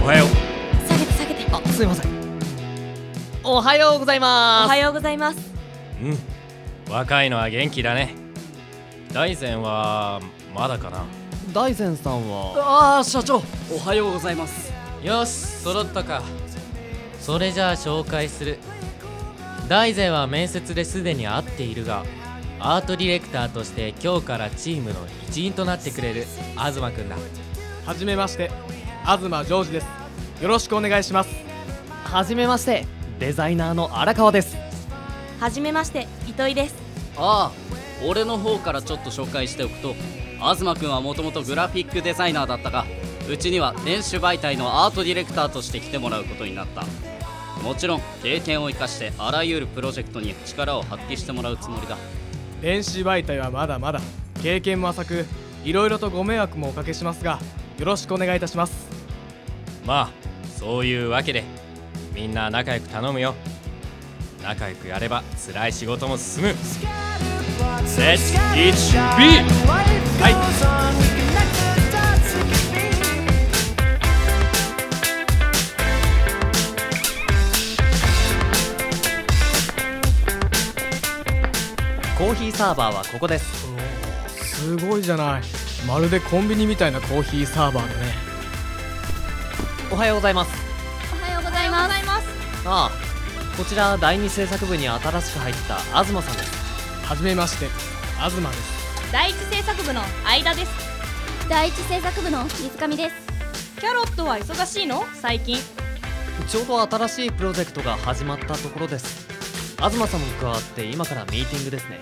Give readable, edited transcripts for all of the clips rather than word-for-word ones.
おはよう。 下げて下げて。 あ、すいません。おはようございます。 おはようございます。 若いのは元気だね。大膳はまだかな。 大膳さんは。 社長、おはようございます。 よし、揃ったか。それじゃあ紹介する。大膳は面接ですでに会っているが、アートディレクターとして今日からチームの一員となってくれる東くんだ。 はじめまして、東ジョージです。よろしくお願いします。 はじめまして、デザイナーの荒川です。 はじめまして、糸井です。 俺の方からちょっと紹介しておくと、東くんはもともとグラフィックデザイナーだったが、うちには電子媒体のアートディレクターとして来てもらうことになった。もちろん経験を生かしてあらゆるプロジェクトに力を発揮してもらうつもりだ。 電子媒体はまだまだ経験も浅く、いろいろとご迷惑もおかけしますが、よろしくお願いいたします。 まあそういうわけでみんな仲良く頼むよ。仲良くやれば辛い仕事も進む。Let's eat B。 はい。 コーヒーサーバーはここです。 すごいじゃない。まるでコンビニみたいなコーヒーサーバーだね。 おはようございます。 おはようございます。 ああ、こちら第二制作部に新しく入った東さんです。 はじめまして、東です。 第一制作部の相田です。 第一制作部の水上です。 キャロットは忙しいの？最近ちょうど新しいプロジェクトが始まったところです。東さんも加わって今からミーティングですね。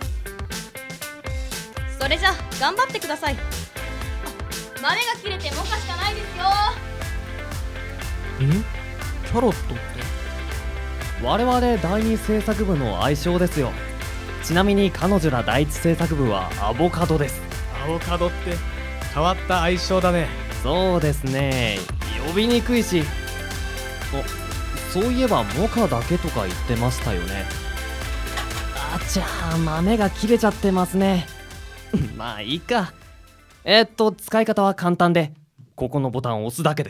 それじゃ頑張ってください。豆が切れてモカしかないですよ。 キャロットって我々第二制作部の愛称ですよ。ちなみに彼女ら第一制作部はアボカドです。 アボカドって変わった愛称だね。 そうですね、呼びにくいし。そういえばモカだけとか言ってましたよね。あちゃ、豆が切れちゃってますね。まあいいか。使い方は簡単で、ここのボタンを押すだけです。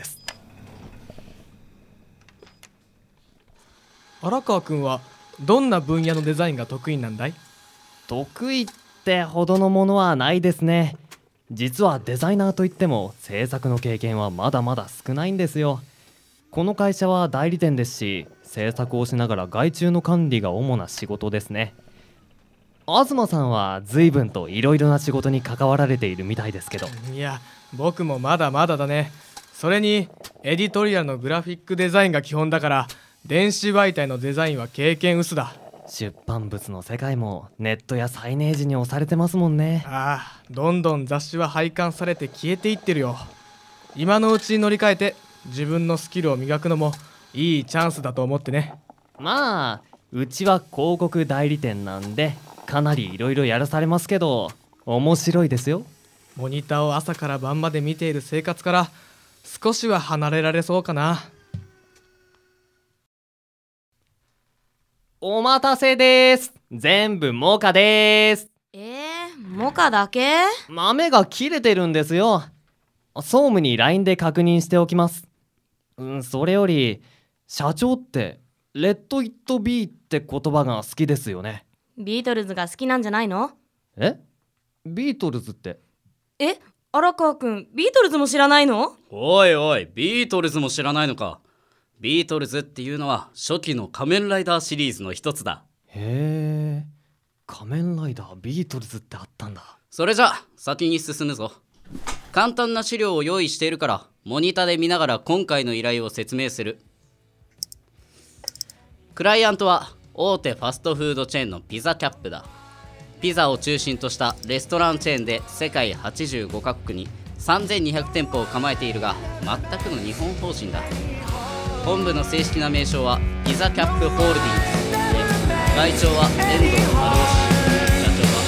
荒川くんはどんな分野のデザインが得意なんだい？ 得意ってほどのものはないですね。実はデザイナーといっても制作の経験はまだまだ少ないんですよ。この会社は代理店ですし、制作をしながら外注の管理が主な仕事ですね。東さんは随分といろいろな仕事に関わられているみたいですけど。 いや、僕もまだまだだね。それにエディトリアルのグラフィックデザインが基本だから、電子媒体のデザインは経験薄だ。 出版物の世界もネットやサイネージに押されてますもんね。 どんどん雑誌は廃刊されて消えていってるよ。今のうちに乗り換えて自分のスキルを磨くのもいいチャンスだと思ってね。 まあうちは広告代理店なんでかなりいろいろやらされますけど、面白いですよ。 モニターを朝から晩まで見ている生活から少しは離れられそうかな。 お待たせです。全部モカです。 モカだけ？ 豆が切れてるんですよ。総務に LINE で確認しておきます。それより社長ってレッド・イット・ビーって言葉が好きですよね。 ビートルズが好きなんじゃないの？ ビートルズって？ 荒川くん、ビートルズも知らないの？ おいおい、ビートルズも知らないのか。ビートルズっていうのは初期の仮面ライダーシリーズの一つだ。 へえ、仮面ライダービートルズってあったんだ。 それじゃ先に進むぞ。簡単な資料を用意しているからモニターで見ながら今回の依頼を説明する。クライアントは大手ファストフードチェーンのピザキャップだ。ピザを中心としたレストランチェーンで世界85カ国に3200店舗を構えているが、全くの日本法人だ。本部の正式な名称はピザキャップホールディングスで、会長は遠藤春夫氏、社長は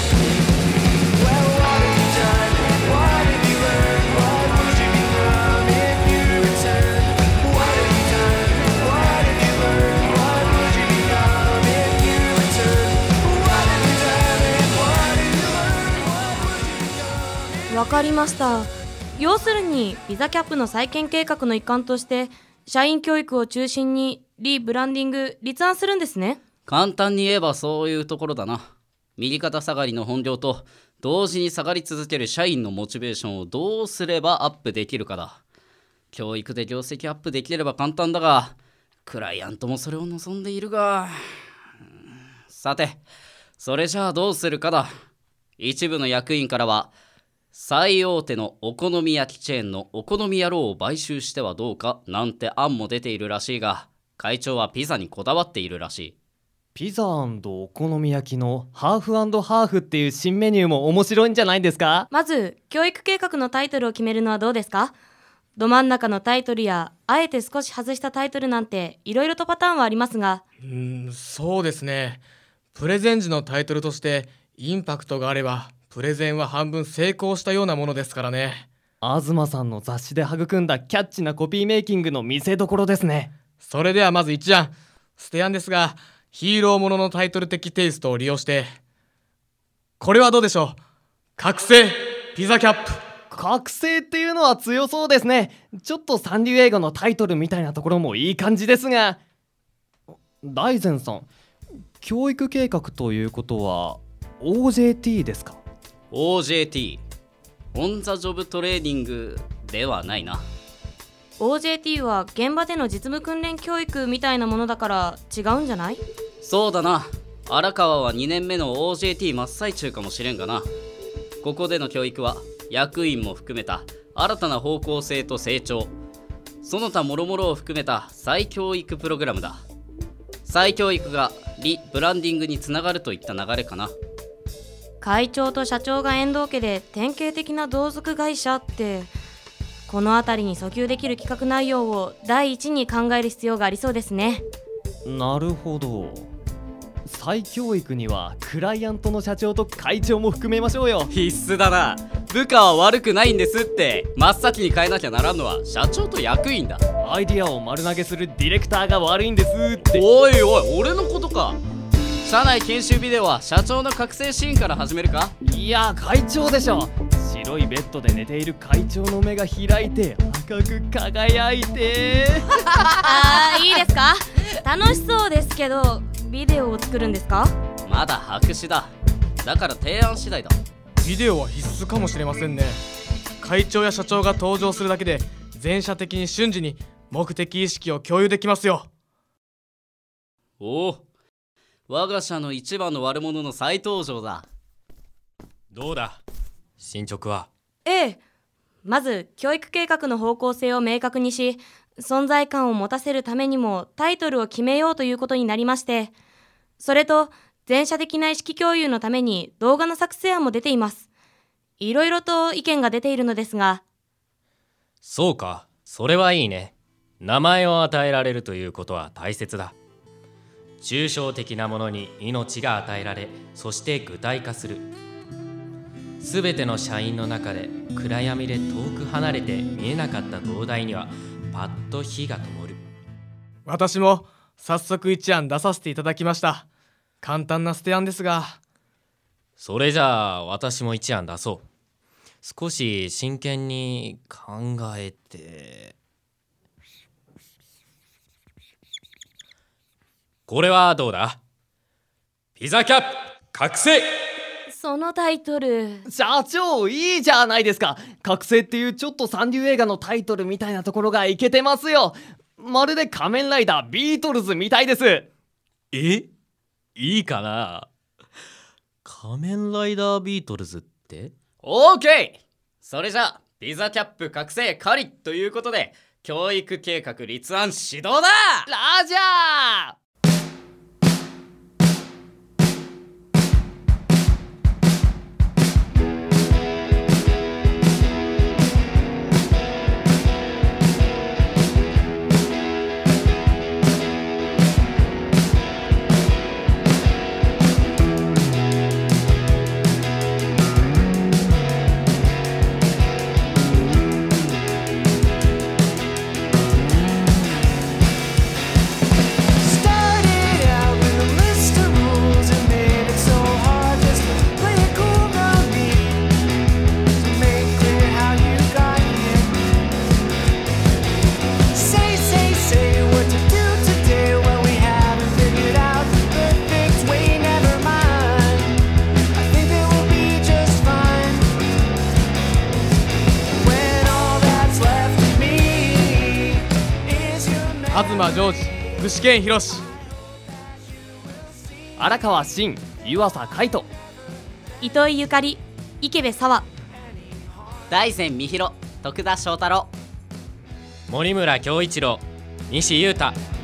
わかりました。要するにピザキャップの再建計画の一環として社員教育を中心にリブランディング立案するんですね。 簡単に言えばそういうところだな。右肩下がりの本業と同時に下がり続ける社員のモチベーションをどうすればアップできるかだ。教育で業績アップできれば簡単だが、クライアントもそれを望んでいるが、さてそれじゃあどうするかだ。一部の役員からは最大手のお好み焼きチェーンのお好み野郎を買収してはどうかなんて案も出ているらしいが、会長はピザにこだわっているらしい。 ピザ&お好み焼きのハーフ&ハーフっていう新メニューも面白いんじゃないんですか？ まず教育計画のタイトルを決めるのはどうですか？ど真ん中のタイトルやあえて少し外したタイトルなんていろいろとパターンはありますが、 そうですね。プレゼン時のタイトルとしてインパクトがあればプレゼンは半分成功したようなものですからね。 東さんの雑誌で育んだキャッチなコピーメイキングの見せどころですね。 それではまず1案、ステ案ですが、ヒーローもののタイトル的テイストを利用して、これはどうでしょう。覚醒ピザキャップ。 覚醒っていうのは強そうですね。ちょっと三流映画のタイトルみたいなところもいい感じですが、大善さん、教育計画ということは OJT ですか？ OJT オンザジョブトレーニングではないな。 OJT は現場での実務訓練教育みたいなものだから違うんじゃない？ そうだな。荒川は2年目の OJT 真っ最中かもしれんがな。ここでの教育は役員も含めた新たな方向性と成長、その他諸々を含めた再教育プログラムだ。再教育がリブランディングにつながるといった流れかな。 会長と社長が遠藤家で典型的な同族会社って、この辺りに訴求できる企画内容を第一に考える必要がありそうですね。 なるほど。再教育にはクライアントの社長と会長も含めましょうよ。 必須だな。部下は悪くないんですって。真っ先に変えなきゃならんのは社長と役員だ。 アイディアを丸投げするディレクターが悪いんですって。 おいおい、俺のことか。社内研修ビデオは社長の覚醒シーンから始めるか？ いや、会長でしょ。白いベッドで寝ている会長の目が開いて赤く輝いていいですか？楽しそうですけど、ビデオを作るんですか？ まだ白紙だ。だから提案次第だ。 ビデオは必須かもしれませんね。会長や社長が登場するだけで全社的に瞬時に目的意識を共有できますよ。 おお、我が社の一番の悪者の再登場だ。 どうだ、進捗は？ ええ、まず教育計画の方向性を明確にし、存在感を持たせるためにもタイトルを決めようということになりまして、それと全社的な意識共有のために動画の作成案も出ています。いろいろと意見が出ているのですが。 そうか、それはいいね。名前を与えられるということは大切だ。抽象的なものに命が与えられ、そして具体化する。すべての社員の中で暗闇で遠く離れて見えなかった灯台にはパッと火が灯る。 私も早速一案出させていただきました。簡単な捨て案ですが。 それじゃあ私も一案出そう。少し真剣に考えて。これはどうだ？ピザキャップ覚醒。 そのタイトル。 社長、いいじゃないですか。覚醒っていうちょっと三流映画のタイトルみたいなところがイケてますよ。まるで仮面ライダービートルズみたいです。 いいかな？仮面ライダービートルズって？ オーケー。それじゃあピザキャップ覚醒狩りということで、教育計画立案始動だ。 ラジャー。 東ジョージ、具志堅博。 荒川真、湯浅海斗。 糸井ゆかり、池部沙和。 大山美弘、徳田翔太郎。 森村恭一郎、西優太。